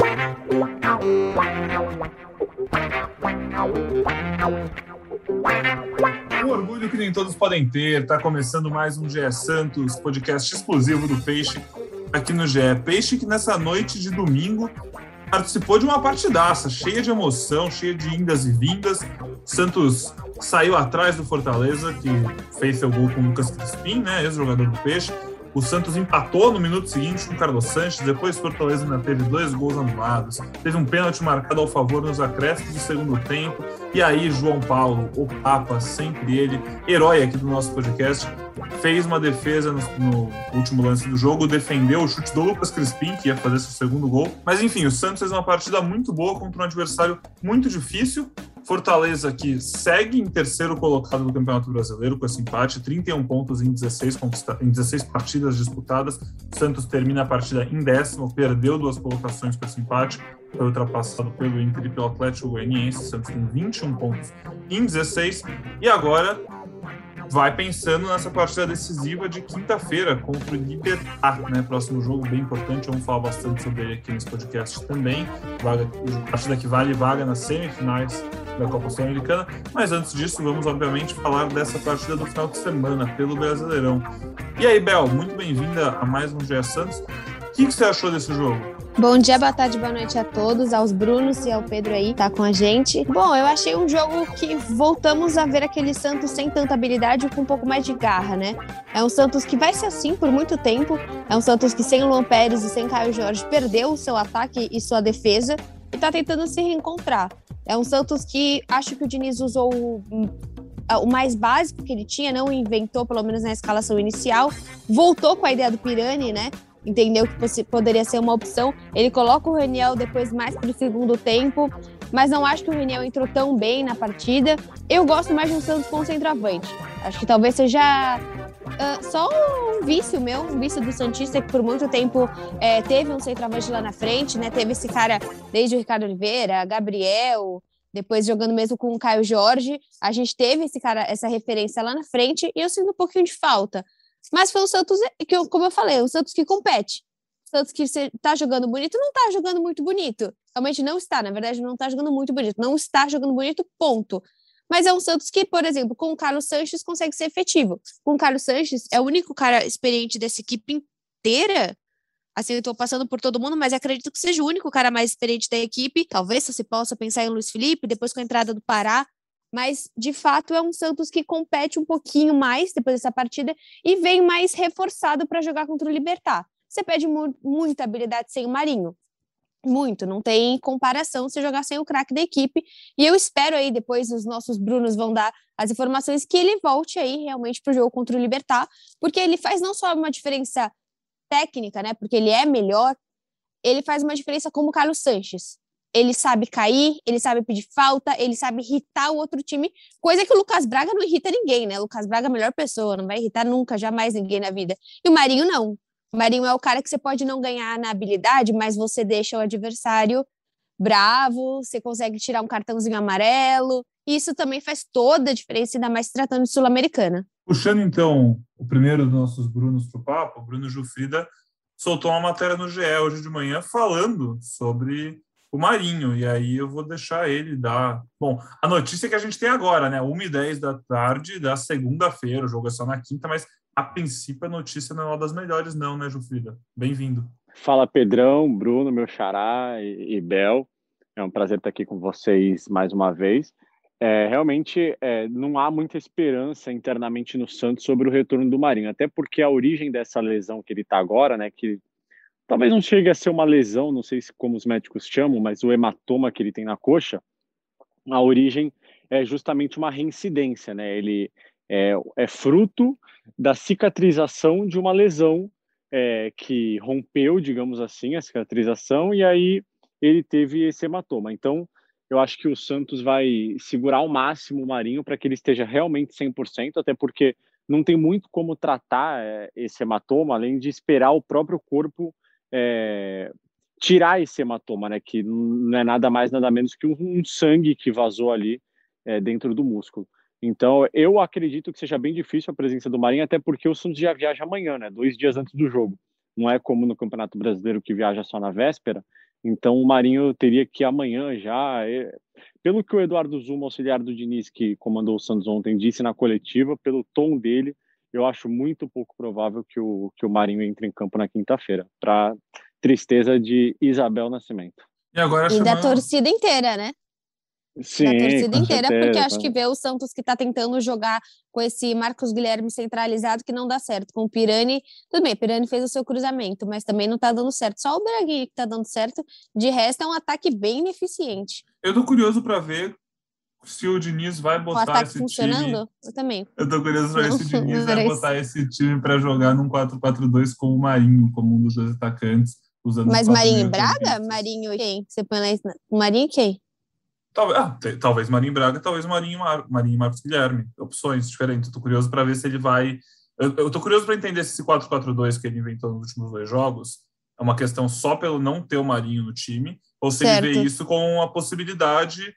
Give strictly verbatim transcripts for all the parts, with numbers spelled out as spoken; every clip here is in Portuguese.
Um orgulho que nem todos podem ter, tá começando mais um G E Santos, podcast exclusivo do Peixe, aqui no G E. Peixe que nessa noite de domingo participou de uma partidaça, cheia de emoção, cheia de indas e vindas. Santos saiu atrás do Fortaleza, que fez seu gol com o Lucas Crispim, né, ex-jogador do Peixe. O Santos empatou no minuto seguinte com o Carlos Sanches, depois o Fortaleza ainda teve dois gols anulados, teve um pênalti marcado ao favor nos acréscimos do segundo tempo, e aí João Paulo, o Papa, sempre ele, herói aqui do nosso podcast, fez uma defesa no, no último lance do jogo, defendeu o chute do Lucas Crispim, que ia fazer seu segundo gol, mas enfim, o Santos fez uma partida muito boa contra um adversário muito difícil. Fortaleza, que segue em terceiro colocado do Campeonato Brasileiro com esse empate, trinta e um pontos em dezesseis, conquista... em dezesseis partidas disputadas. O Santos termina a partida em décimo, perdeu duas colocações com esse empate, foi ultrapassado pelo Inter e pelo Atlético Goianiense. O Santos tem vinte e um pontos em dezesseis e agora vai pensando nessa partida decisiva de quinta-feira contra o Libertad, né? Próximo jogo bem importante, vamos falar bastante sobre ele aqui nesse podcast também. Vaga, partida que vale vaga nas semifinais da Copa Sul-Americana, mas antes disso, vamos obviamente falar dessa partida do final de semana pelo Brasileirão. E aí, Bel, muito bem-vinda a mais um G E Santos. O que, que você achou desse jogo? Bom dia, boa tarde, boa noite a todos, aos Brunos e ao Pedro aí, tá com a gente. Bom, eu achei um jogo que voltamos a ver aquele Santos sem tanta habilidade e com um pouco mais de garra, né? É um Santos que vai ser assim por muito tempo, é um Santos que sem o Luan Pérez e sem Caio Jorge perdeu o seu ataque e sua defesa e tá tentando se reencontrar. É um Santos que acho que o Diniz usou o, o mais básico que ele tinha, não inventou, pelo menos na escalação inicial, voltou com a ideia do Pirani, né? Entendeu que poderia ser uma opção. Ele coloca o Reniel depois mais para o segundo tempo, mas não acho que o Reniel entrou tão bem na partida. Eu gosto mais de um Santos com centroavante. Acho que talvez seja uh, só um vício meu, um vício do Santista, que por muito tempo é, teve um centroavante lá na frente, né? Teve esse cara desde o Ricardo Oliveira, Gabriel, depois jogando mesmo com o Caio Jorge. A gente teve esse cara, essa referência lá na frente, e eu sinto um pouquinho de falta. Mas foi um Santos, que eu, como eu falei, um Santos que compete. Santos que está jogando bonito, não está jogando muito bonito. Realmente não está, na verdade, não está jogando muito bonito. Não está jogando bonito, ponto. Mas é um Santos que, por exemplo, com o Carlos Sanches consegue ser efetivo. Com o Carlos Sanches, é o único cara experiente dessa equipe inteira. Assim, eu estou passando por todo mundo, mas acredito que seja o único cara mais experiente da equipe. Talvez você possa pensar em Luiz Felipe, depois com a entrada do Pará. Mas, de fato, é um Santos que compete um pouquinho mais depois dessa partida e vem mais reforçado para jogar contra o Libertad. Você pede mu- muita habilidade sem o Marinho. Muito, não tem comparação se jogar sem o craque da equipe. E eu espero aí, depois os nossos Brunos vão dar as informações, que ele volte aí realmente para o jogo contra o Libertad, porque ele faz não só uma diferença técnica, né? Porque ele é melhor, ele faz uma diferença como o Carlos Sanches. Ele sabe cair, ele sabe pedir falta, ele sabe irritar o outro time, coisa que o Lucas Braga não irrita ninguém, né? O Lucas Braga é a melhor pessoa, não vai irritar nunca, jamais ninguém na vida. E o Marinho não. O Marinho é o cara que você pode não ganhar na habilidade, mas você deixa o adversário bravo, você consegue tirar um cartãozinho amarelo, e isso também faz toda a diferença, ainda mais se tratando de Sul-Americana. Puxando, então, o primeiro dos nossos Brunos para o papo, o Bruno Giuffrida soltou uma matéria no G E hoje de manhã falando sobre o Marinho, e aí eu vou deixar ele dar... Bom, a notícia que a gente tem agora, né? uma e dez da tarde da segunda-feira, o jogo é só na quinta, mas a princípio a notícia não é uma das melhores não, né, Giuffrida? Bem-vindo. Fala, Pedrão, Bruno, meu xará e, e Bel. É um prazer estar aqui com vocês mais uma vez. É, realmente é, não há muita esperança internamente no Santos sobre o retorno do Marinho, até porque a origem dessa lesão que ele está agora, né, que talvez não chegue a ser uma lesão, não sei se como os médicos chamam, mas o hematoma que ele tem na coxa, a origem é justamente uma reincidência, né? Ele é, é fruto da cicatrização de uma lesão é, que rompeu, digamos assim, a cicatrização, e aí ele teve esse hematoma. Então, eu acho que o Santos vai segurar ao máximo o Marinho para que ele esteja realmente cem por cento, até porque não tem muito como tratar é, esse hematoma, além de esperar o próprio corpo É, tirar esse hematoma, né, que não é nada mais, nada menos que um, um sangue que vazou ali é, dentro do músculo. Então, eu acredito que seja bem difícil a presença do Marinho, até porque o Santos já viaja amanhã, né, dois dias antes do jogo. Não é como no Campeonato Brasileiro que viaja só na véspera. Então o Marinho teria que amanhã já, é, pelo que o Eduardo Zuma, auxiliar do Diniz, que comandou o Santos ontem, disse na coletiva, pelo tom dele, eu acho muito pouco provável que o, que o Marinho entre em campo na quinta-feira, para tristeza de Isabel Nascimento. E agora E da chamando... torcida inteira, né? Sim, da torcida com inteira, certeza, porque acho com... que vê o Santos que tá tentando jogar com esse Marcos Guilherme centralizado que não dá certo. Com o Pirani, tudo bem, Pirani fez o seu cruzamento, mas também não tá dando certo. Só o Braguinha que tá dando certo, de resto é um ataque bem ineficiente. Eu tô curioso para ver se o Diniz vai O botar ataque esse funcionando, time... eu também. Eu tô curioso para ver Não, se o Diniz não vai era botar isso. esse time para jogar num quatro quatro dois com o Marinho, como um dos dois atacantes, usando os Mas quatro Marinho e Braga? meio-campistas. Marinho e quem? Você põe lá isso? Marinho e quem? Talvez, ah, te- talvez Marinho Braga, talvez Marinho, Mar, Marinho e Marcos Guilherme. Opções diferentes. Eu tô curioso para ver se ele vai... Eu, eu tô curioso para entender se esse quatro quatro dois que ele inventou nos últimos dois jogos é uma questão só pelo não ter o Marinho no time, ou se ele vê Certo. isso com a possibilidade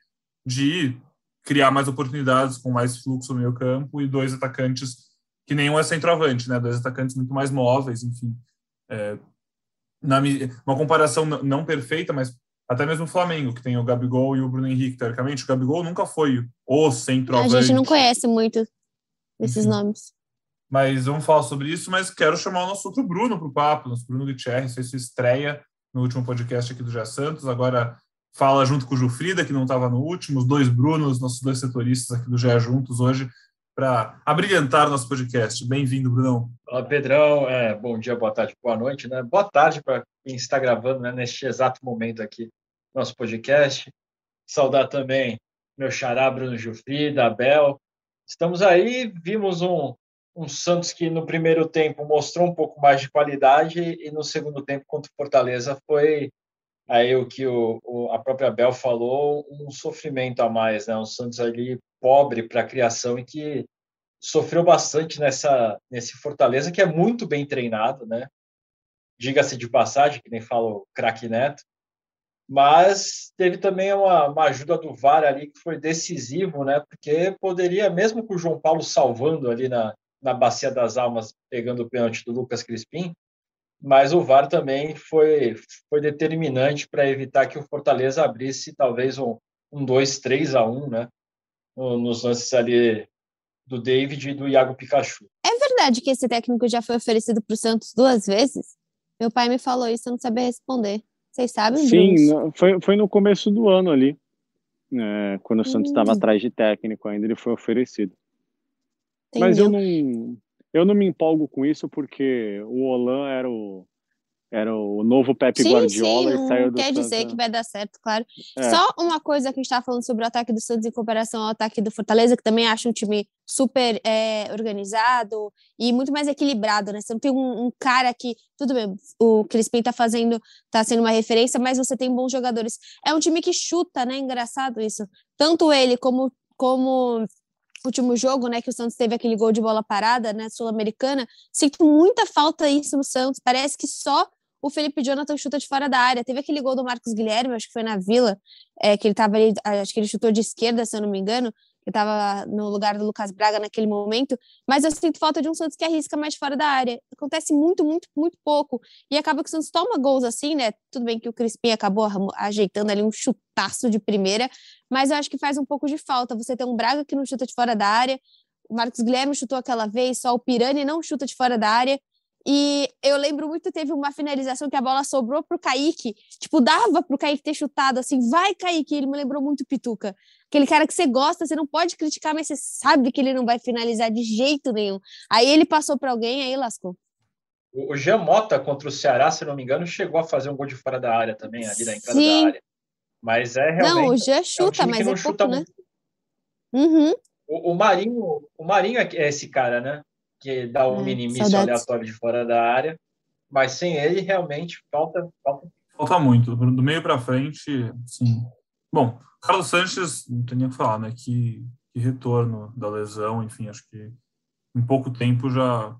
de criar mais oportunidades com mais fluxo no meio campo e dois atacantes que nenhum é centroavante, né? Dois atacantes muito mais móveis, enfim. É, na, uma comparação não perfeita, mas até mesmo o Flamengo, que tem o Gabigol e o Bruno Henrique, teoricamente, o Gabigol nunca foi o centroavante. A gente não conhece muito esses Enfim. nomes. Mas vamos falar sobre isso, mas quero chamar o nosso outro Bruno para o papo, nosso Bruno Gutierrez, fez sua estreia no último podcast aqui do Gé Santos, agora fala junto com o Jufrida, que não estava no último, os dois Brunos, nossos dois setoristas aqui do Gé juntos hoje, para abrilhantar nosso podcast. Bem-vindo, Brunão. Olá, Pedrão. É, bom dia, boa tarde, boa noite, né? Boa tarde para quem está gravando, né, neste exato momento aqui, nosso podcast. Saudar também meu xará, Bruno Jufrida, Abel. Estamos aí, vimos um, um Santos que no primeiro tempo mostrou um pouco mais de qualidade e no segundo tempo contra o Fortaleza foi aí o que o, o, a própria Abel falou, um sofrimento a mais, né? Um Santos ali pobre para a criação e que sofreu bastante nessa, nesse Fortaleza, que é muito bem treinado, né? Diga-se de passagem, que nem fala o craque Neto, mas teve também uma, uma ajuda do V A R ali que foi decisivo, né? Porque poderia, mesmo com o João Paulo salvando ali na, na Bacia das Almas, pegando o pênalti do Lucas Crispim, mas o V A R também foi, foi determinante para evitar que o Fortaleza abrisse talvez um, um dois, três a um, né? Nos lances ali do David e do Iago Pikachu. É verdade que esse técnico já foi oferecido para o Santos duas vezes? Meu pai me falou isso, eu não sabia responder. Vocês sabem, Sim, Bruno? foi, foi no começo do ano ali, é, quando o Santos estava Hum. atrás de técnico ainda, ele foi oferecido. Entendeu. Mas eu não, eu não me empolgo com isso porque o Holan era o, era o novo Pepe Sim, Guardiola sim, e saiu não do quer Santos. dizer que vai dar certo, claro. É. Só uma coisa que a gente estava falando sobre o ataque do Santos em comparação ao ataque do Fortaleza, que também acho um time super é, organizado e muito mais equilibrado, né? Você não tem um, um cara que, tudo bem, o Crispim tá fazendo, tá sendo uma referência, mas você tem bons jogadores. É um time que chuta, né? Engraçado isso. Tanto ele como, como último jogo, né, que o Santos teve aquele gol de bola parada, né, sul-americana, sinto muita falta isso no Santos, parece que só o Felipe Jonathan chuta de fora da área. Teve aquele gol do Marcos Guilherme, acho que foi na Vila, é, que ele tava ali, acho que ele chutou de esquerda, se eu não me engano, que estava no lugar do Lucas Braga naquele momento, mas eu sinto falta de um Santos que arrisca mais fora da área. Acontece muito, muito, muito pouco. E acaba que o Santos toma gols assim, né? Tudo bem que o Crispim acabou ajeitando ali um chutaço de primeira, mas eu acho que faz um pouco de falta. Você tem um Braga que não chuta de fora da área, o Marcos Guilherme chutou aquela vez, só o Pirani não chuta de fora da área. E eu lembro muito, teve uma finalização que a bola sobrou pro Kaique, tipo, dava pro Kaique ter chutado, assim, vai Kaique, ele me lembrou muito Pituca, aquele cara que você gosta, você não pode criticar, mas você sabe que ele não vai finalizar de jeito nenhum, aí ele passou para alguém, aí lascou. O Jean Mota contra o Ceará, se não me engano, chegou a fazer um gol de fora da área também, ali na entrada Sim. da área, mas é realmente não, o Jean chuta, é um time mas que não é chuta pouco, muito. Né? Uhum. O, o Marinho, o Marinho é esse cara, né? Que dá um é, minimício aleatório de fora da área, mas sem ele realmente falta falta, falta muito, do meio para frente, sim. Bom, Carlos Sanches, não tem nem o que falar, né? Que, que retorno da lesão, enfim, acho que em pouco tempo já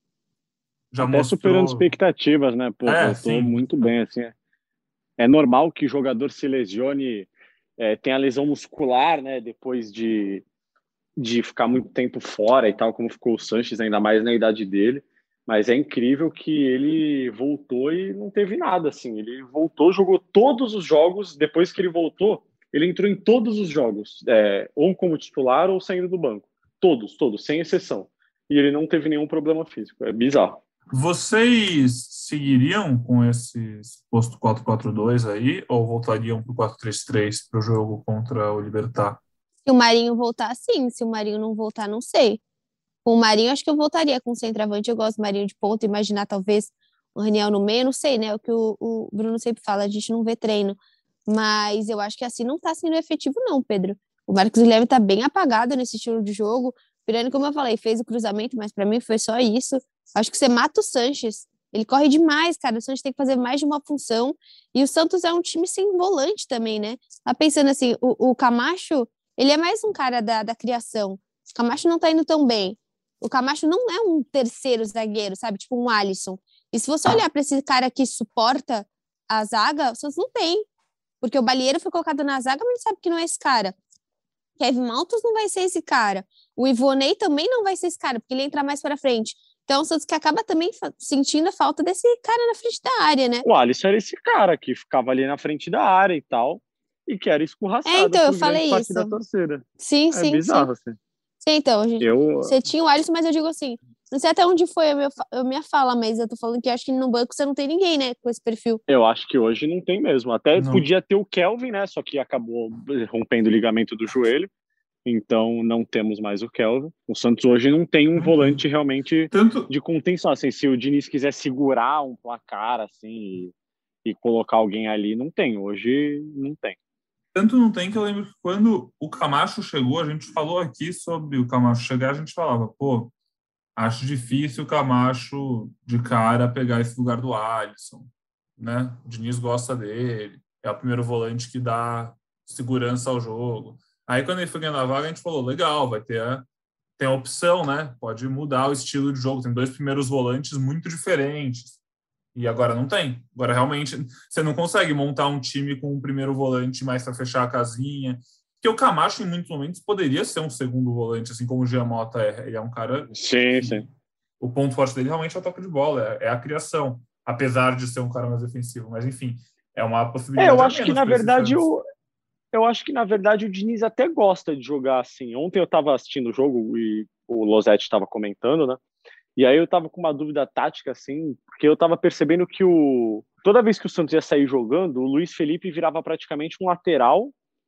já Até mostrou... superando expectativas, né? Pô, é, voltou sim. muito bem, assim. É normal que o jogador se lesione, é, tenha lesão muscular, né? Depois de de ficar muito tempo fora e tal, como ficou o Sanches, ainda mais na idade dele, Mas é incrível que ele voltou e não teve nada, assim. Ele voltou, jogou todos os jogos. Depois que ele voltou, ele entrou em todos os jogos, é, ou como titular ou saindo do banco. Todos, todos, sem exceção. E ele não teve nenhum problema físico. É bizarro. Vocês seguiriam com esse posto quatro quatro dois aí ou voltariam para o quatro três três para o jogo contra o Libertad? Se o Marinho voltar, sim. Se o Marinho não voltar, não sei. Com o Marinho, acho que eu voltaria com o centroavante. Eu gosto do Marinho de ponta. Imaginar, talvez, o Raniel no meio. Não sei, né? O que o, o Bruno sempre fala, a gente não vê treino. Mas eu acho que assim não tá sendo efetivo, não, Pedro. O Marcos Guilherme tá bem apagado nesse estilo de jogo. O Pirani, como eu falei, fez o cruzamento, mas para mim foi só isso. Acho que você mata o Sanches. Ele corre demais, cara. O Sanches tem que fazer mais de uma função. E o Santos é um time sem volante também, né? Tá pensando assim, o, o Camacho, ele é mais um cara da, da criação. O Camacho não tá indo tão bem. O Camacho não é um terceiro zagueiro, sabe? Tipo um Alisson. E se você olhar para esse cara que suporta a zaga, o Santos não tem. Porque o Balieiro foi colocado na zaga, mas a gente sabe que não é esse cara. Kevin Maltos não vai ser esse cara. O Ivonei também não vai ser esse cara, porque ele entra mais para frente. Então, o Santos que acaba também sentindo a falta desse cara na frente da área, né? O Alisson era esse cara que ficava ali na frente da área e tal, e que era escorraçado. É, então, eu falei parte isso. Da torcida. Sim, é sim, bizarro, sim. Assim. Sim, então, gente, eu... você tinha o Alisson, mas eu digo assim, não sei até onde foi a minha, a minha fala, mas eu tô falando que acho que no banco você não tem ninguém, né, com esse perfil. Eu acho que hoje não tem mesmo. Até não. Podia ter o Kelvin, né, só que acabou rompendo o ligamento do joelho. Então não temos mais o Kelvin. O Santos hoje não tem um volante realmente Tanto... de contenção. Assim, se o Diniz quiser segurar um placar assim e, e colocar alguém ali, não tem. Hoje não tem. Tanto não tem que eu lembro que quando o Camacho chegou, a gente falou aqui sobre o Camacho chegar, a gente falava, pô, acho difícil o Camacho de cara pegar esse lugar do Alisson, né? O Diniz gosta dele, é o primeiro volante que dá segurança ao jogo. Aí, quando ele foi ganhando a vaga, a gente falou, legal, vai ter a, tem a opção, né? Pode mudar o estilo de jogo. Tem dois primeiros volantes muito diferentes. E agora não tem. Agora, realmente, você não consegue montar um time com um primeiro volante mais para fechar a casinha. Porque o Camacho, em muitos momentos, poderia ser um segundo volante, assim como o Giamota é. Ele é um cara... Sim, que, sim. O ponto forte dele realmente é o toque de bola, é, é a criação. Apesar de ser um cara mais defensivo. Mas, enfim, é uma possibilidade. É, eu acho que, na verdade, o... o... Eu acho que, na verdade, o Diniz até gosta de jogar assim. Ontem eu estava assistindo o jogo e o Losetti estava comentando, né? E aí eu estava com uma dúvida tática, assim, porque eu estava percebendo que o... toda vez que o Santos ia sair jogando, o Luiz Felipe virava praticamente um lateral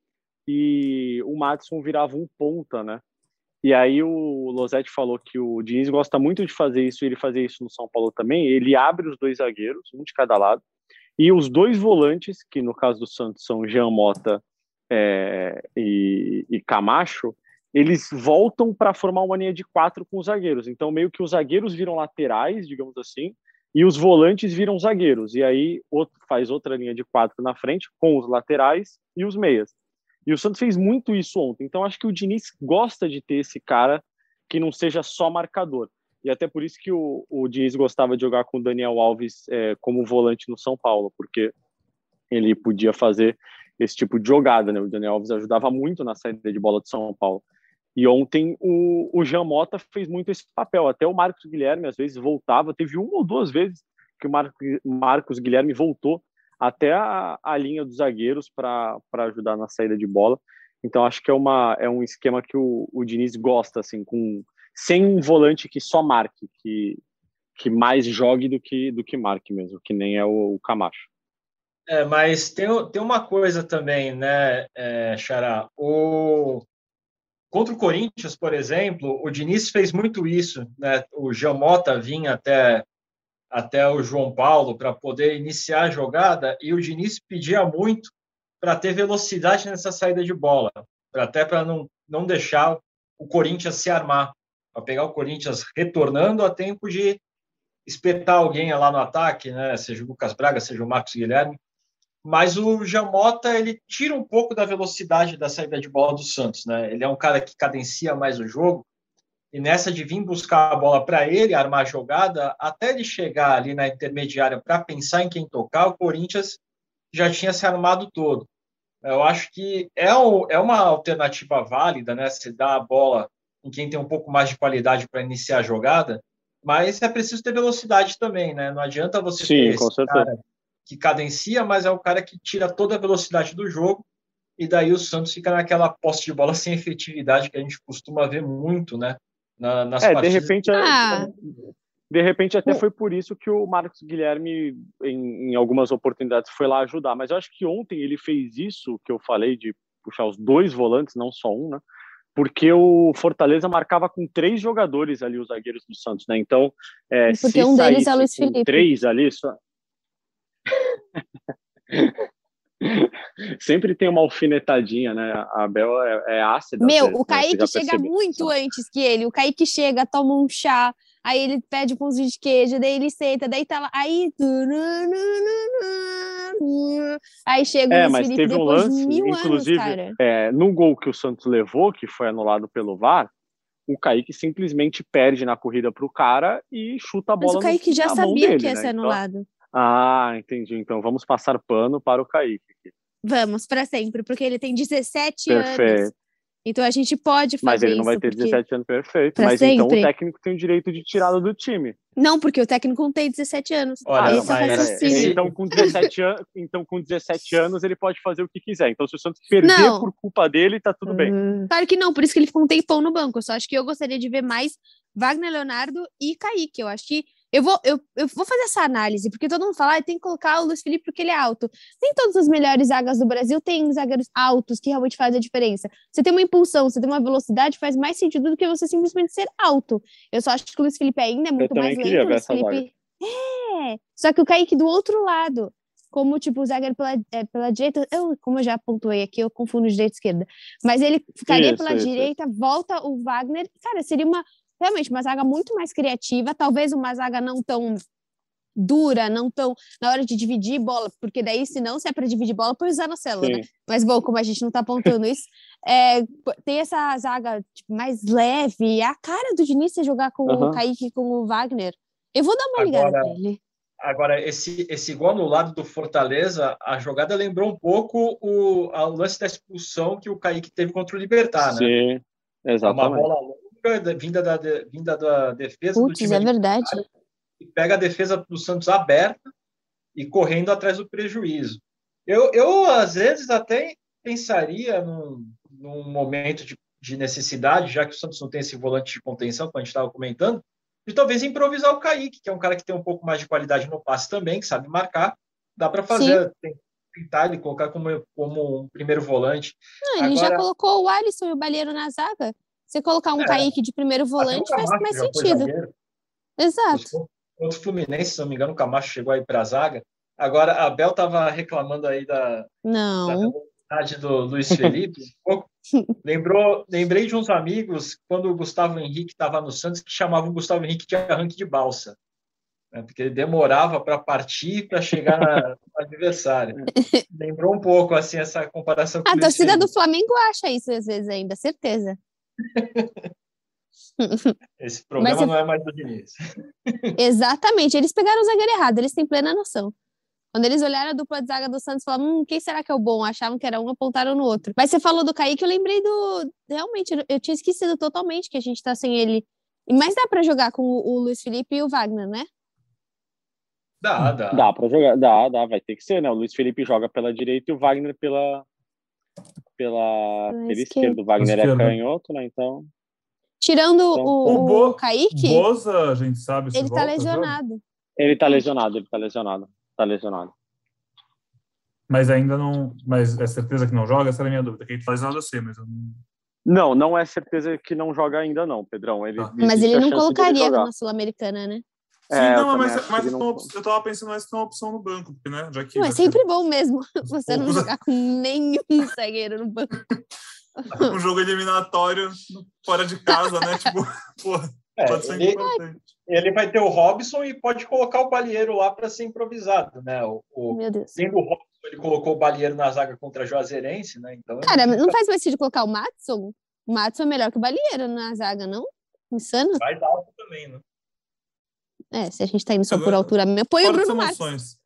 e o Madison virava um ponta, né? E aí o Losetti falou que o Diniz gosta muito de fazer isso, e ele fazia isso no São Paulo também. Ele abre os dois zagueiros, um de cada lado, e os dois volantes, que no caso do Santos são Jean Mota É, e, e Camacho, eles voltam para formar uma linha de quatro com os zagueiros. Então, meio que os zagueiros viram laterais, digamos assim, e os volantes viram zagueiros. E aí outro, faz outra linha de quatro na frente com os laterais e os meias. E o Santos fez muito isso ontem. Então, acho que o Diniz gosta de ter esse cara que não seja só marcador. E até por isso que o, o Diniz gostava de jogar com o Daniel Alves é, como volante no São Paulo, porque ele podia fazer esse tipo de jogada, né? O Daniel Alves ajudava muito na saída de bola de São Paulo. E ontem o, o Jean Mota fez muito esse papel. Até o Marcos Guilherme, às vezes, voltava. Teve uma ou duas vezes que o Mar- Marcos Guilherme voltou até a, a linha dos zagueiros para ajudar na saída de bola. Então, acho que é, uma, é um esquema que o, o Diniz gosta, assim, com, sem um volante que só marque, que, que mais jogue do que, do que marque mesmo, que nem é o, o Camacho. É, mas tem, tem uma coisa também, né, é, Xará? O, contra o Corinthians, por exemplo, o Diniz fez muito isso, né? O Giamota vinha até, até o João Paulo para poder iniciar a jogada e o Diniz pedia muito para ter velocidade nessa saída de bola, pra, até para não, não deixar o Corinthians se armar, para pegar o Corinthians retornando a tempo de espetar alguém lá no ataque, né? Seja o Lucas Braga, seja o Marcos Guilherme. Mas o Giamota, ele tira um pouco da velocidade da saída de bola do Santos, né? Ele é um cara que cadencia mais o jogo, e nessa de vir buscar a bola para ele, armar a jogada, até ele chegar ali na intermediária para pensar em quem tocar, o Corinthians já tinha se armado todo. Eu acho que é, um, é uma alternativa válida, né? Se dar a bola em quem tem um pouco mais de qualidade para iniciar a jogada, Mas é preciso ter velocidade também, né? Não adianta você Sim, ter com esse certeza. cara que cadencia, mas é o cara que tira toda a velocidade do jogo, e daí o Santos fica naquela posse de bola sem efetividade que a gente costuma ver muito, né? Na, nas É, de partidas. repente, Ah, de repente até o- foi por isso que o Marcos Guilherme, em, em algumas oportunidades, foi lá ajudar. Mas eu acho que ontem ele fez isso que eu falei de puxar os dois volantes, não só um, né? Porque o Fortaleza marcava com três jogadores ali, os zagueiros do Santos, né? Então, é, porque se um deles é saísse Luiz com Felipe. três ali, só... sempre tem uma alfinetadinha, né? A Abel é, é ácida às Meu, vezes, o né? Você Kaique já chega percebeu. muito antes que ele. O Kaique chega, toma um chá, aí ele pede um pãozinho de queijo, daí ele senta, daí tá lá. Aí. Aí chega o É, Luiz mas Felipe teve um depois de lance, mil anos, inclusive, cara. é, no gol que o Santos levou, que foi anulado pelo V A R, o Kaique simplesmente perde na corrida pro cara e chuta a Mas o bola no, Kaique já na mão sabia que dele, ia né? ser Então, anulado. ah, entendi. Então vamos passar pano para o Kaique. Vamos, pra sempre, porque ele tem dezessete anos. Perfeito. Então a gente pode Mas fazer ele não vai isso, ter porque... dezessete anos, perfeito. Pra Mas então o sempre? técnico tem o direito de tirá-lo do time. Não, porque o técnico não tem dezessete anos. Olha, Ah, não, Esse é o mas pera aí. raciocínio. Então com dezessete anos, então com dezessete anos ele pode fazer o que quiser. Então se o Santos perder Não. por culpa dele, tá tudo bem. Claro que não, por isso que ele ficou um tempão no banco. Eu só acho que eu gostaria de ver mais Wagner Leonardo e Kaique. Eu acho que eu vou, eu, eu vou fazer essa análise, porque todo mundo fala, ah, tem que colocar o Luiz Felipe porque ele é alto. Nem todas as melhores zagas do Brasil têm zagueiros altos que realmente fazem a diferença. Você tem uma impulsão, você tem uma velocidade, faz mais sentido do que você simplesmente ser alto. Eu só acho que o Luiz Felipe ainda é muito também mais lento. queria O ver Luiz essa vaga. Felipe é. Só que o Kaique do outro lado, como tipo o zagueiro pela, é, pela direita, eu, como eu já pontuei aqui, eu confundo direita e esquerda, mas ele ficaria Isso, pela isso, direita, volta o Wagner, cara, seria uma, realmente uma zaga muito mais criativa, talvez uma zaga não tão dura, não tão na hora de dividir bola, porque daí se não, se é para dividir bola, põe usar na célula, né? Mas bom, como a gente não tá apontando isso, é, tem essa zaga tipo, mais leve, a cara do Diniz é jogar com uhum. o Kaique, com o Wagner. Eu vou dar uma ligada agora, pra ele. Agora, esse, esse gol no lado do Fortaleza, a jogada lembrou um pouco o, o lance da expulsão que o Kaique teve contra o Libertad, né? Sim, exatamente. Uma bola longa, vinda da, vinda da defesa Puts, do time. é verdade. E pega a defesa do Santos aberta e correndo atrás do prejuízo. Eu, eu às vezes, até pensaria num, num momento de, de necessidade, já que o Santos não tem esse volante de contenção, como a gente estava comentando, de talvez improvisar o Kaique, que é um cara que tem um pouco mais de qualidade no passe também, que sabe marcar. Dá para fazer, tentar ele colocar como, como um primeiro volante. Não, ele Agora, já colocou o Alisson e o Balheiro na zaga. Você colocar um é, Kaique de primeiro volante faz mais sentido. Exato. Contra o Fluminense, se não me engano, o Camacho chegou aí para a zaga. Agora, a Bel estava reclamando aí da, não. da velocidade do Luiz Felipe. Lembrou, lembrei de uns amigos, quando o Gustavo Henrique estava no Santos, que chamavam o Gustavo Henrique de arranque de balsa. Né, porque ele demorava para partir para chegar na, no adversário. Lembrou um pouco assim essa comparação com a o Luiz torcida Felipe. do Flamengo acha isso às vezes ainda, certeza. Esse problema Mas não é mais do Diniz. Exatamente, eles pegaram o zagueiro errado, eles têm plena noção. Quando eles olharam a dupla de zaga do Santos, falaram, hum, quem será que é o bom? Achavam que era um, apontaram no outro. Mas você falou do Kaique, eu lembrei do... Realmente, eu tinha esquecido totalmente que a gente tá sem ele. Mas dá pra jogar com o Luiz Felipe e o Wagner, né? Dá, dá. Dá pra jogar, dá, dá, vai ter que ser, né? O Luiz Felipe joga pela direita e o Wagner pela, pela, pela esquerda. O Wagner é canhoto, né? Então... Tirando então, o, o, Bo... o Kaique... Boza, a gente sabe se ele volta, tá lesionado. Sabe? Ele tá lesionado, ele tá lesionado. Tá lesionado. Mas ainda não... Mas é certeza que não joga? Essa era a minha dúvida. Que ele tá lesionado assim, mas eu não... Não, não é certeza que não joga ainda não, Pedrão. Ele, ah. Mas ele não colocaria na Sul-Americana, né? Sim, é, não, mas, mas não... eu, eu tava pensando mais que é uma opção no banco, porque, né? Já que não, é sempre bom mesmo você não jogar com nenhum zagueiro no banco. Um jogo eliminatório fora de casa, né? Tipo, porra, é, pode ser ele, importante. Ele vai ter o Robson e pode colocar o Balheiro lá para ser improvisado, né? O, o, Meu Deus. Tendo o Robson, ele colocou o Balheiro na zaga contra a Juazeirense, né? Então, cara, não, não faz mais sentido colocar o Madson? O Madson é melhor que o Balheiro na zaga, não? Insano? Mais alto também, né? É, se a gente tá indo só por altura, põe o Bruno Marques.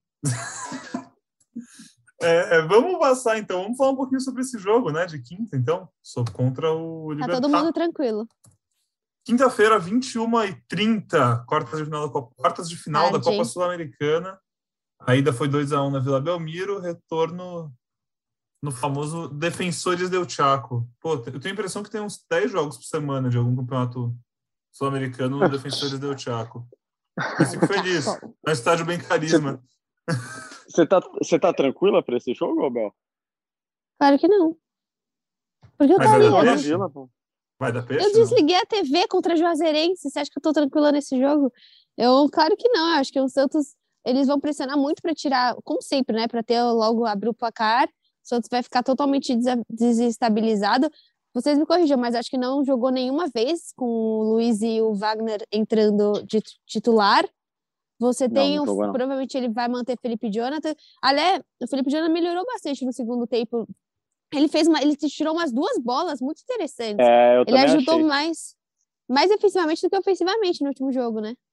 É, é, vamos passar, então. Vamos falar um pouquinho sobre esse jogo, né? De quinta, então. Sou contra o Libertad. Tá todo mundo tranquilo. Quinta-feira, vinte e uma e trinta, quartas de final da Copa, quartas de final Tarde, da Copa hein? Sul-Americana. A ida foi dois a um na Vila Belmiro, retorno no famoso Defensores del Chaco. Pô, eu tenho a impressão que tem uns dez jogos por semana de algum campeonato sul-americano no Defensores del Chaco. Eu fico feliz. É um estádio bem carisma. Você tá, você tá tranquila pra esse jogo, Bel? Claro que não. Porque eu Mas vai estaria, dar né? peixe? Vila, pô. Vai dar peixe? Eu desliguei a T V contra a Juazeirense. Você acha que eu tô tranquila nesse jogo? Eu, claro que não. Eu acho que o Santos, eles vão pressionar muito para tirar, como sempre, né? Para ter logo abrir o placar. O Santos vai ficar totalmente desa- desestabilizado. Vocês me corrijam, mas acho que não jogou nenhuma vez com o Luiz e o Wagner entrando de titular. Você Não, tem, não o, jogou, não. provavelmente ele vai manter Felipe Jonathan. Aliás, o Felipe Jonathan melhorou bastante no segundo tempo. Ele fez uma, ele tirou umas duas bolas muito interessantes. É, eu Ele também ajudou achei. mais, mais efetivamente do que ofensivamente no último jogo, né?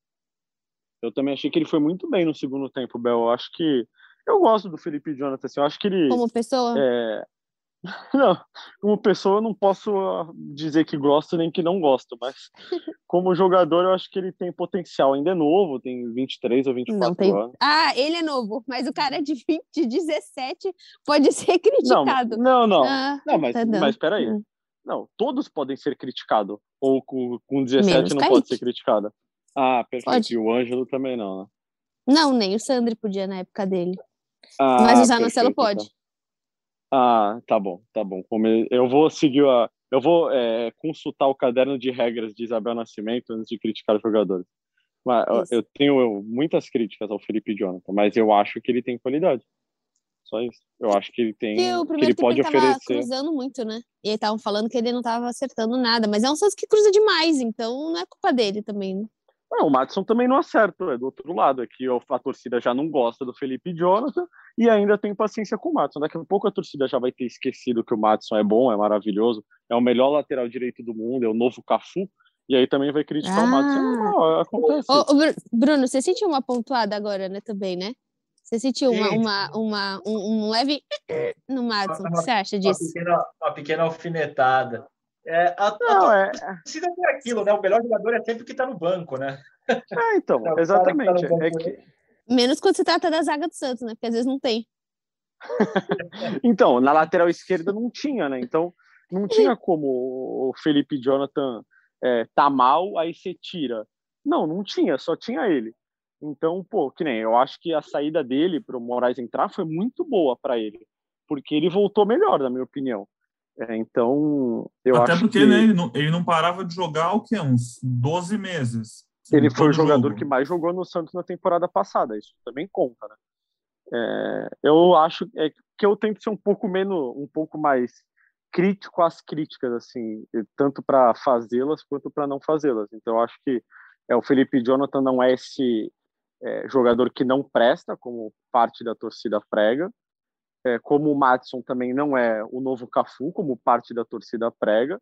Eu também achei que ele foi muito bem no segundo tempo, Bel. Eu acho que... Eu gosto do Felipe Jonathan, assim. Eu acho que ele... Como pessoa. É... Não, como pessoa eu não posso ah, dizer que gosto nem que não gosto, mas como jogador eu acho que ele tem potencial. Ainda é novo, tem vinte e três ou vinte e Não quatro tem. anos. Ah, ele é novo, mas o cara de vinte, de dezessete pode ser Não, criticado. não, não. Ah, Não, mas, tá não. mas peraí. Hum. Não, todos podem ser criticados. Ou com, com dezessete Menos não Kaique. pode ser criticado. Ah, perfeito. Pode. E o Ângelo também não, né? Não, nem o Sandri podia na época dele. Ah, Mas o Zanocelo perfeito, pode. então. Ah, tá bom, tá bom. Como eu- Eu vou seguir a. Eu vou é, consultar o caderno de regras de Isabel Nascimento antes de criticar os jogadores. Mas, ó, Isso. eu tenho eu, muitas críticas ao Felipe Jonathan, mas eu acho que ele tem qualidade. Só isso. Eu acho que ele tem. Porque o Que primeiro ele tempo pode ele tava oferecer. cruzando muito, né? E aí estavam falando que ele não tava acertando nada. Mas é um Santos que cruza demais, então não é culpa dele também, né? Não, o Maddison também não acerta, é do outro lado. É que a torcida já não gosta do Felipe Jonathan e ainda tem paciência com o Maddison. Daqui a pouco a torcida já vai ter esquecido que o Maddison é bom, é maravilhoso, é o melhor lateral direito do mundo, é o novo Cafu, e aí também vai criticar Ah. o Maddison. Não, acontece. Ô, ô, Bru- Bruno, você sentiu uma pontuada agora, né, também, né? Você sentiu uma, Sim. uma, uma, um, um leve no Madison. O que você acha Uma disso? pequena, uma pequena alfinetada. É, a, a Não, é, torcida tem aquilo, né? O melhor jogador é sempre o que está no banco, né? é então, É o cara exatamente. que tá no É banco, que, Menos quando se trata da zaga do Santos, né? Porque às vezes não tem. então, na lateral esquerda não tinha, né? Então, não tinha como o Felipe Jonathan é, tá mal, aí você tira. Não, não tinha, só tinha ele. Então, pô, que nem eu acho que a saída dele para o Moraes entrar foi muito boa para ele, porque ele voltou melhor, na minha opinião. É, então, eu Até acho porque que né, ele, não, ele não parava de jogar o quê? Uns doze meses. Assim, ele foi o todo jogador jogo. que mais jogou no Santos na temporada passada. Isso também conta, né? É, eu acho é, que eu tento ser um pouco menos, um pouco mais crítico às críticas, assim, tanto para fazê-las quanto para não fazê-las. Então, eu acho que é, o Felipe Jonathan não é esse é, jogador que não presta, como parte da torcida prega, é, como o Maddison também não é o novo Cafu, como parte da torcida prega,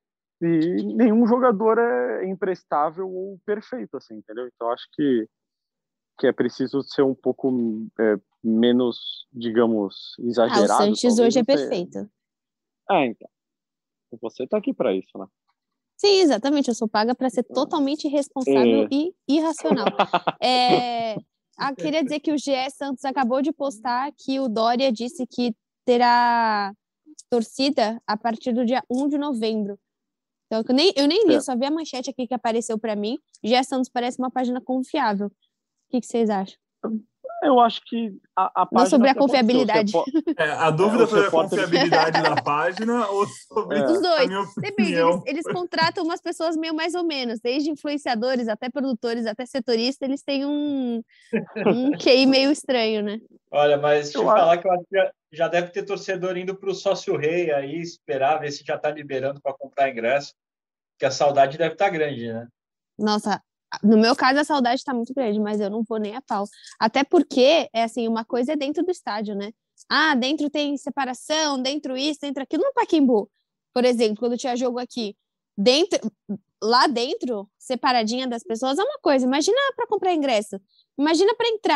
e nenhum jogador é emprestável ou perfeito, assim, entendeu? Então, acho que que é preciso ser um pouco é, menos, digamos, Ah, o exagerado. Sanches hoje é não sei. perfeito. Ah, então. Você tá aqui para isso, né? Sim, exatamente. Eu sou paga para ser totalmente irresponsável É. e irracional. É... Ah, queria dizer que o G E Santos acabou de postar que o Dória disse que terá torcida a partir do dia um de novembro. Então, eu nem, eu nem li, É. só vi a manchete aqui que apareceu para mim. G E Santos parece uma página confiável. O que, que vocês acham? Eu acho que a, a página... Não sobre a até pode ser, confiabilidade. você pode- É, a dúvida É, os foi a repórteres- confiabilidade da página ou sobre É. Os a dois. minha Depende, opinião. eles, eles contratam umas pessoas meio mais ou menos, desde influenciadores até produtores, até setoristas, eles têm um, um Q I meio estranho, né? Olha, mas deixa eu Eu acho- falar que eu acho que já, já deve ter torcedor indo para o sócio rei aí, esperar, ver se já está liberando para comprar ingresso, porque a saudade deve estar grande, né? Nossa, no meu caso a saudade está muito grande, mas eu não vou nem a pau. Até porque, é assim, uma coisa é dentro do estádio, né? Ah, dentro tem separação, dentro isso, dentro aquilo. No Pacaembu, por exemplo, quando tinha jogo aqui, dentro, lá dentro, separadinha das pessoas, é uma coisa. Imagina para comprar ingresso. Imagina para entrar.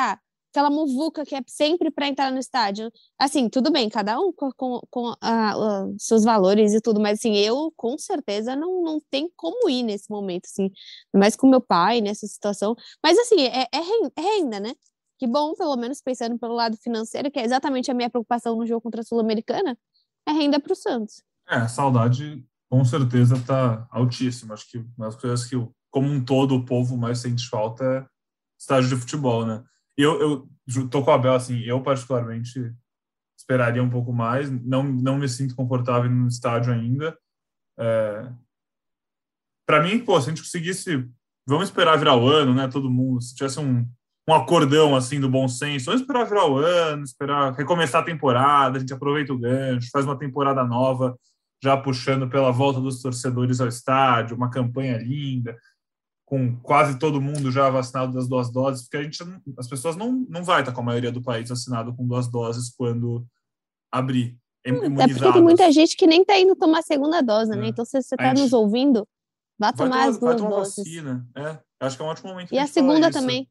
aquela muvuca que é sempre para entrar no estádio. Assim, tudo bem, cada um com, com, com a, a, seus valores e tudo, mas assim, eu com certeza não, não tem como ir nesse momento, assim, mais com meu pai nessa situação. Mas assim, é, é renda, né? Que bom, pelo menos pensando pelo lado financeiro, que é exatamente a minha preocupação no jogo contra a Sul-Americana, é renda para o Santos. É, a saudade com certeza está altíssima. Acho que uma das coisas que, como um todo, o povo mais sente falta é estádio de futebol, né? Eu, eu tô com a Abel, assim, eu particularmente esperaria um pouco mais, não, não me sinto confortável no estádio ainda. É... Para mim, pô, se a gente conseguisse, vamos esperar virar o ano, né, todo mundo, se tivesse um, um acordão, assim, do bom senso, vamos esperar virar o ano, esperar recomeçar a temporada, a gente aproveita o gancho, faz uma temporada nova, já puxando pela volta dos torcedores ao estádio, uma campanha linda, com quase todo mundo já vacinado das duas doses, porque a gente, as pessoas não, não vai estar com a maioria do país vacinado com duas doses quando abrir. Até porque tem muita gente que nem está indo tomar a segunda dose, né? É. Então, se você está nos ouvindo, vá tomar, tomar as duas vai tomar doses. Vacina. É, acho que é um ótimo momento. E a, a segunda também.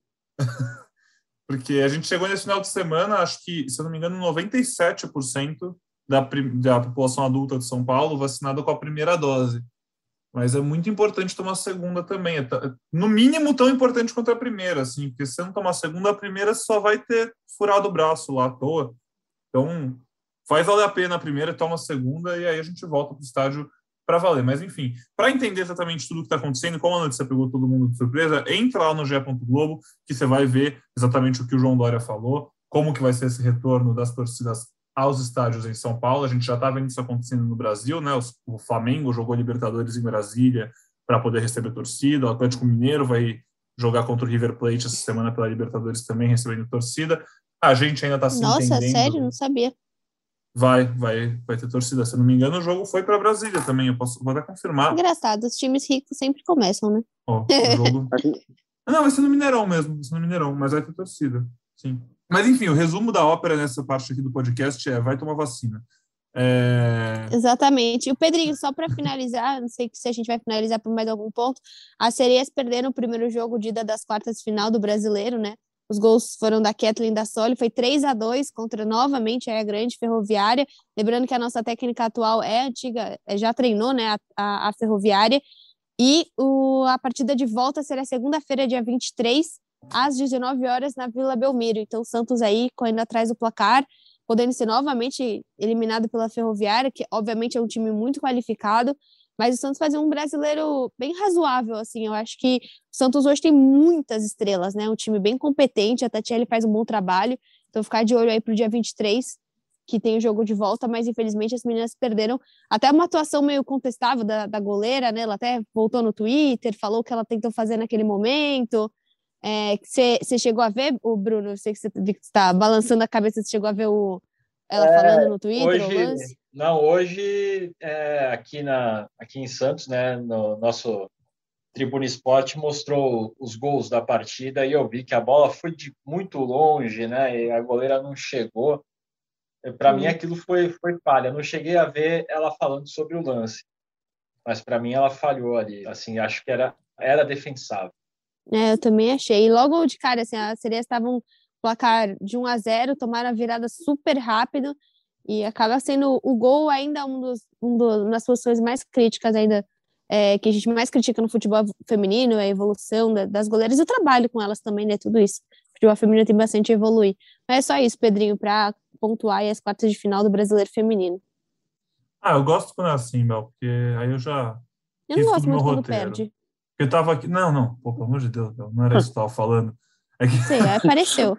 Porque a gente chegou nesse final de semana, acho que, se eu não me engano, noventa e sete por cento da, da população adulta de São Paulo vacinada com a primeira dose. Mas é muito importante tomar a segunda também. É, no mínimo, tão importante quanto a primeira, assim, porque se você não tomar a segunda, a primeira só vai ter furado o braço lá à toa. Então, faz valer a pena a primeira, toma a segunda, e aí a gente volta para o estádio para valer. Mas, enfim, para entender exatamente tudo o que está acontecendo, como a notícia pegou todo mundo de surpresa, entra lá no G E. Globo, que você vai ver exatamente o que o João Dória falou, como que vai ser esse retorno das torcidas aos estádios em São Paulo. A gente já está vendo isso acontecendo no Brasil, né? O Flamengo jogou Libertadores em Brasília para poder receber torcida, o Atlético Mineiro vai jogar contra o River Plate essa semana pela Libertadores também recebendo torcida. A gente ainda está se Nossa, entendendo. Nossa, sério? Não sabia. Vai, vai, vai ter torcida. Se eu não me engano, o jogo foi para Brasília também, eu posso, vou até confirmar. Engraçado, os times ricos sempre começam, né? Ó, o jogo... Não, vai ser no Mineirão mesmo, vai ser no Mineirão, mas vai ter torcida, sim. Mas, enfim, o resumo da ópera nessa parte aqui do podcast é vai tomar vacina. É... Exatamente. E o Pedrinho, só para finalizar, não sei se a gente vai finalizar por mais algum ponto, as sereias perderam o primeiro jogo de ida das quartas de final do Brasileiro, né? Os gols foram da Kathleen da Soli, foi três a dois contra, novamente, a grande Ferroviária. Lembrando que a nossa técnica atual é antiga, já treinou, né, a, a, a Ferroviária. E o, a partida de volta será segunda-feira, dia vinte e três, às dezenove horas, na Vila Belmiro. Então, o Santos aí, correndo atrás do placar, podendo ser novamente eliminado pela Ferroviária, que obviamente é um time muito qualificado, mas o Santos fazia um brasileiro bem razoável, assim, eu acho que o Santos hoje tem muitas estrelas, né, um time bem competente, a Tatiele faz um bom trabalho, então ficar de olho aí pro dia vinte e três, que tem o jogo de volta, mas infelizmente as meninas perderam, até uma atuação meio contestável da, da goleira, né, ela até voltou no Twitter, falou o que ela tentou fazer naquele momento. Você é, chegou a ver, o Bruno, eu sei que você está balançando a cabeça, você chegou a ver o, ela é, falando no Twitter, hoje, o lance? Não, hoje, é, aqui, na, aqui em Santos, né, no nosso Tribuna Esporte, mostrou os gols da partida e eu vi que a bola foi de muito longe, né, e a goleira não chegou. Para hum. mim, aquilo foi, foi falha. Eu não cheguei a ver ela falando sobre o lance, mas para mim ela falhou ali. Assim, acho que era, era defensável. É, eu também achei. E logo de cara, assim, as sereias estavam placar de um a zero, tomaram a virada super rápido e acaba sendo o gol ainda um dos, um do, uma das posições mais críticas ainda, é, que a gente mais critica no futebol feminino, a evolução da, das goleiras e o trabalho com elas também, né, tudo isso. O futebol feminino tem bastante a evoluir. Mas é só isso, Pedrinho, para pontuar aí as quartas de final do Brasileiro Feminino. Ah, eu gosto quando é assim, Mel, porque aí eu já eu não gosto muito quando perde. Eu tava aqui... Não, não, pô, pelo amor de Deus, não era isso que eu tava falando. É que... Sim, apareceu.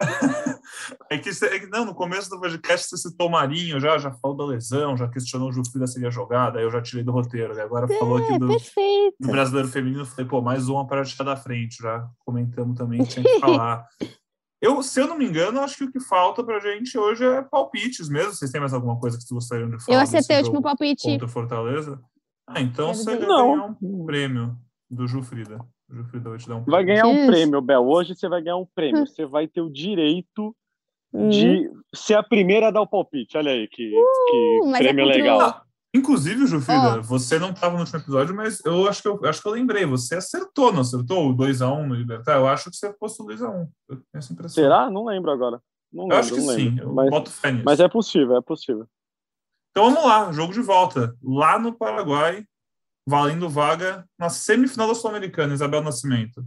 é, que, é que, não, no começo do podcast você citou o Marinho, já, já falou da lesão, já questionou o Jufrida se seria jogada, aí eu já tirei do roteiro, e agora é, falou aqui do, do Brasileiro Feminino, eu falei, pô, mais uma para tirar da frente, já comentamos também que tinha que falar. Eu, se eu não me engano, acho que o que falta pra gente hoje é palpites mesmo. Vocês têm mais alguma coisa que vocês gostariam de falar? Eu acertei o último palpite. Contra Fortaleza? Ah, então você vai ganhar um prêmio do Jufrida. O Jufrida vai te dar um prêmio. Vai ganhar um prêmio, Bel. Hoje você vai ganhar um prêmio. Você vai ter o direito de ser a primeira a dar o palpite. Olha aí, que, uh, que prêmio é legal. Inclusive, Jufrida, Ó. você não estava no último episódio, mas eu acho que eu, acho que eu lembrei. Você acertou, não acertou? O dois a um no Libertad? Eu acho que você postou dois a um. Eu tenho essa impressão. Será? Não lembro agora. Não lembro, Eu acho que não sim. lembro. Eu Mas, boto fé nisso. mas é possível, é possível. Então vamos lá, jogo de volta. Lá no Paraguai, valendo vaga na semifinal da Sul-Americana, Isabel Nascimento.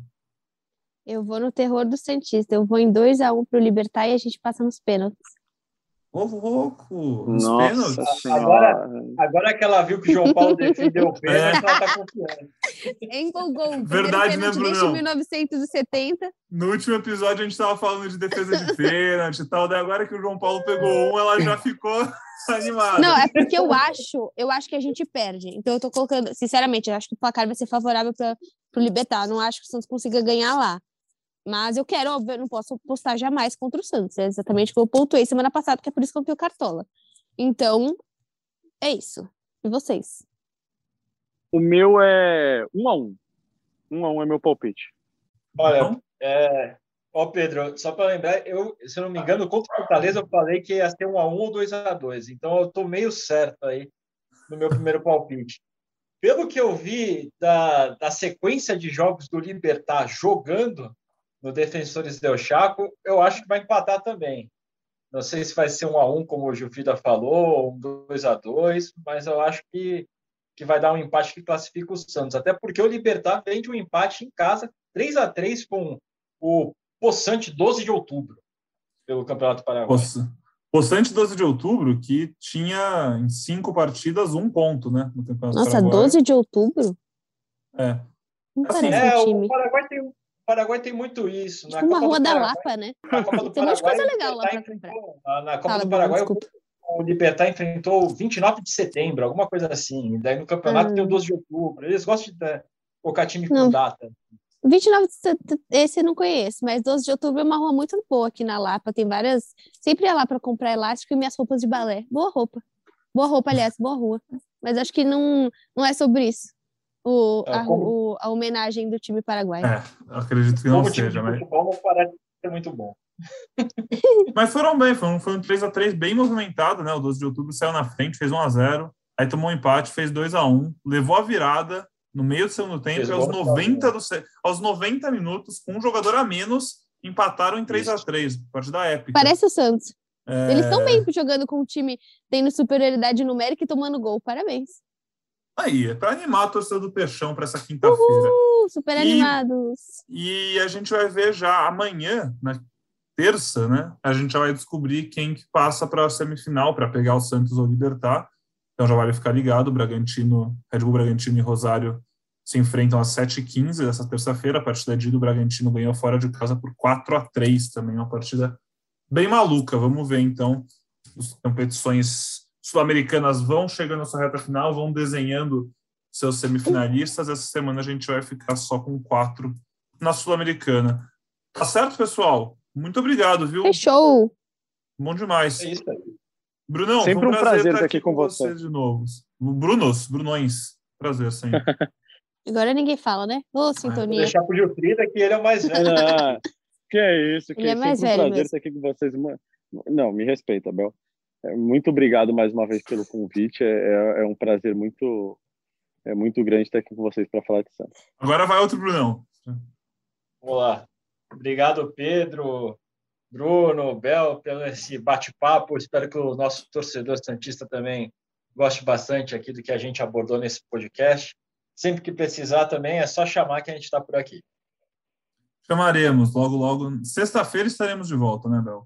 Eu vou no terror do Santista. Eu vou em dois a um pro Libertad e a gente passa nos pênaltis. Ô, louco! Nos Nossa pênaltis? Senhora. Agora, agora que ela viu que o João Paulo defendeu o pênalti, É. ela tá confiando. Empolgou. O primeiro Verdade, né, pênalti desde Brunão? mil novecentos e setenta. No último episódio a gente estava falando de defesa de pênalti e tal, daí agora que o João Paulo pegou um, ela já ficou animada. Não, é porque eu acho, eu acho que a gente perde. Então eu tô colocando, sinceramente, eu acho que o placar vai ser favorável para pro Libertad. Eu não acho que o Santos consiga ganhar lá. Mas eu quero, óbvio, eu não posso postar jamais contra o Santos. É exatamente o que eu pontuei semana passada, que é por isso que eu tenho cartola. Então, é isso. E vocês? O meu é um a um. Um a um é meu palpite. Olha, Então, é... Ó, Pedro, só para lembrar, eu, se eu não me engano, contra o Fortaleza eu falei que ia ser um a um ou dois a dois. Então eu tô meio certo aí no meu primeiro palpite. Pelo que eu vi da, da sequência de jogos do Libertad jogando no Defensores del Chaco, eu acho que vai empatar também. Não sei se vai ser um a um, como o Jufrida falou, um dois a dois, mas eu acho que, que vai dar um empate que classifica o Santos. Até porque o Libertad vem de um empate em casa, três a três com o Poçante, doze de outubro, pelo Campeonato Paraguai. Poçante, doze de outubro, que tinha em cinco partidas um ponto, né? No Campeonato Nossa, Paraguai. doze de outubro? É. Não Assim, parece É, um o time. Paraguai tem, o Paraguai tem muito isso. Tipo uma Copa rua do da Paraguai- Lapa, né? Na Copa do Tem um monte de Paraguai, coisa o legal lá Libertad pra comprar. enfrentou- Na, na Copa Fala, do Bruno, Paraguai, desculpa. o Libertad enfrentou vinte e nove de setembro, alguma coisa assim. E daí no campeonato Ah. tem o doze de outubro. Eles gostam de eh, colocar time com Não. data. vinte e nove de setembro, esse eu não conheço, mas doze de outubro é uma rua muito boa aqui na Lapa. Tem várias. Sempre ia lá para comprar elástico e minhas roupas de balé. Boa roupa. Boa roupa, aliás, boa rua. Mas acho que não, não é sobre isso. O, É, a, como- o- a homenagem do time paraguaio. É, acredito que não Como o time seja, de mas... futebol não parece ser muito bom. Mas foram bem, foi um, foi um três a três bem movimentado, né? O doze de outubro saiu na frente, fez um a zero, aí tomou um empate, fez dois a um, levou a virada no meio do segundo tempo, Fez e aos gol no noventa, final, do, se- aos noventa minutos, com um jogador a menos, empataram em três a três, partida épica. Parece o Santos. É, Eles estão bem jogando com um time tendo superioridade numérica e tomando gol. Parabéns. Aí, é para animar a torcida do Peixão para essa quinta-feira. Uh, super E- animados. E a gente vai ver já amanhã, na terça, né? A gente já vai descobrir quem que passa para a semifinal para pegar o Santos ou o Libertad. Então já vale ficar ligado. O Bragantino, Red Bull Bragantino e Rosário se enfrentam às sete e quinze dessa terça-feira. A partida de ida, o Bragantino ganhou fora de casa por quatro a três também. Uma partida bem maluca. Vamos ver, então. As competições sul-americanas vão chegando na sua reta final, vão desenhando seus semifinalistas. Essa semana a gente vai ficar só com quatro na Sul-Americana. Tá certo, pessoal? Muito obrigado, viu? Fechou. Bom demais. É isso aí. Brunão, Sempre foi um um prazer, prazer estar aqui com você. você de novo. Brunos, Brunões. Prazer, sempre. Agora ninguém fala, né? Ô, Vou sintonia. deixar pro Gilfrida que ele é o mais velho. Ah, que é isso, que Ele é é mais sempre um velho prazer mesmo. estar aqui com vocês. Não, me respeita, Bel. É, muito obrigado mais uma vez pelo convite. É, é, é um prazer muito, é muito grande estar aqui com vocês para falar de Santos. Agora vai outro Brunão. Vamos lá. Obrigado, Pedro, Bruno, Bel, pelo esse bate-papo. Espero que o nosso torcedor santista também goste bastante aqui do que a gente abordou nesse podcast. Sempre que precisar também é só chamar que a gente está por aqui. Chamaremos, logo, logo. Sexta-feira estaremos de volta, né, Bel?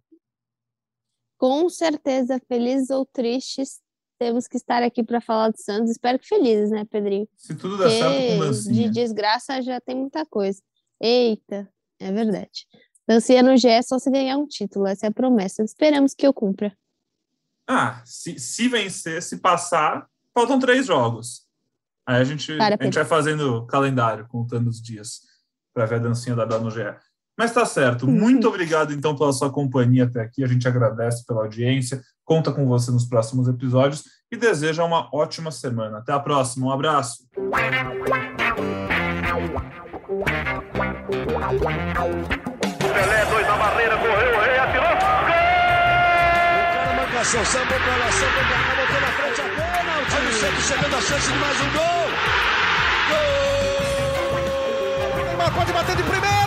Com certeza, felizes ou tristes, temos que estar aqui para falar do Santos. Espero que felizes, né, Pedrinho? Se tudo der certo com Porque dancinha. de desgraça já tem muita coisa. Eita, é verdade. Dancinha no G é só se ganhar um título, essa é a promessa. Esperamos que eu cumpra. Ah, se, se vencer, se passar, faltam três jogos. Aí a gente, Para, a gente vai fazendo calendário, contando os dias, para ver a dancinha da Bel no G E. Mas tá certo. Muito obrigado, então, pela sua companhia até aqui. A gente agradece pela audiência, conta com você nos próximos episódios e deseja uma ótima semana. Até a próxima. Um abraço. Pelé, dois na barreira, correu, o rei atirou. Gol! marcação, sambou pra lá, sambou pra cá, botou na frente a bola. O time do Santos chegando a chance de mais um gol. Gol! O Neymar pode bater de primeira.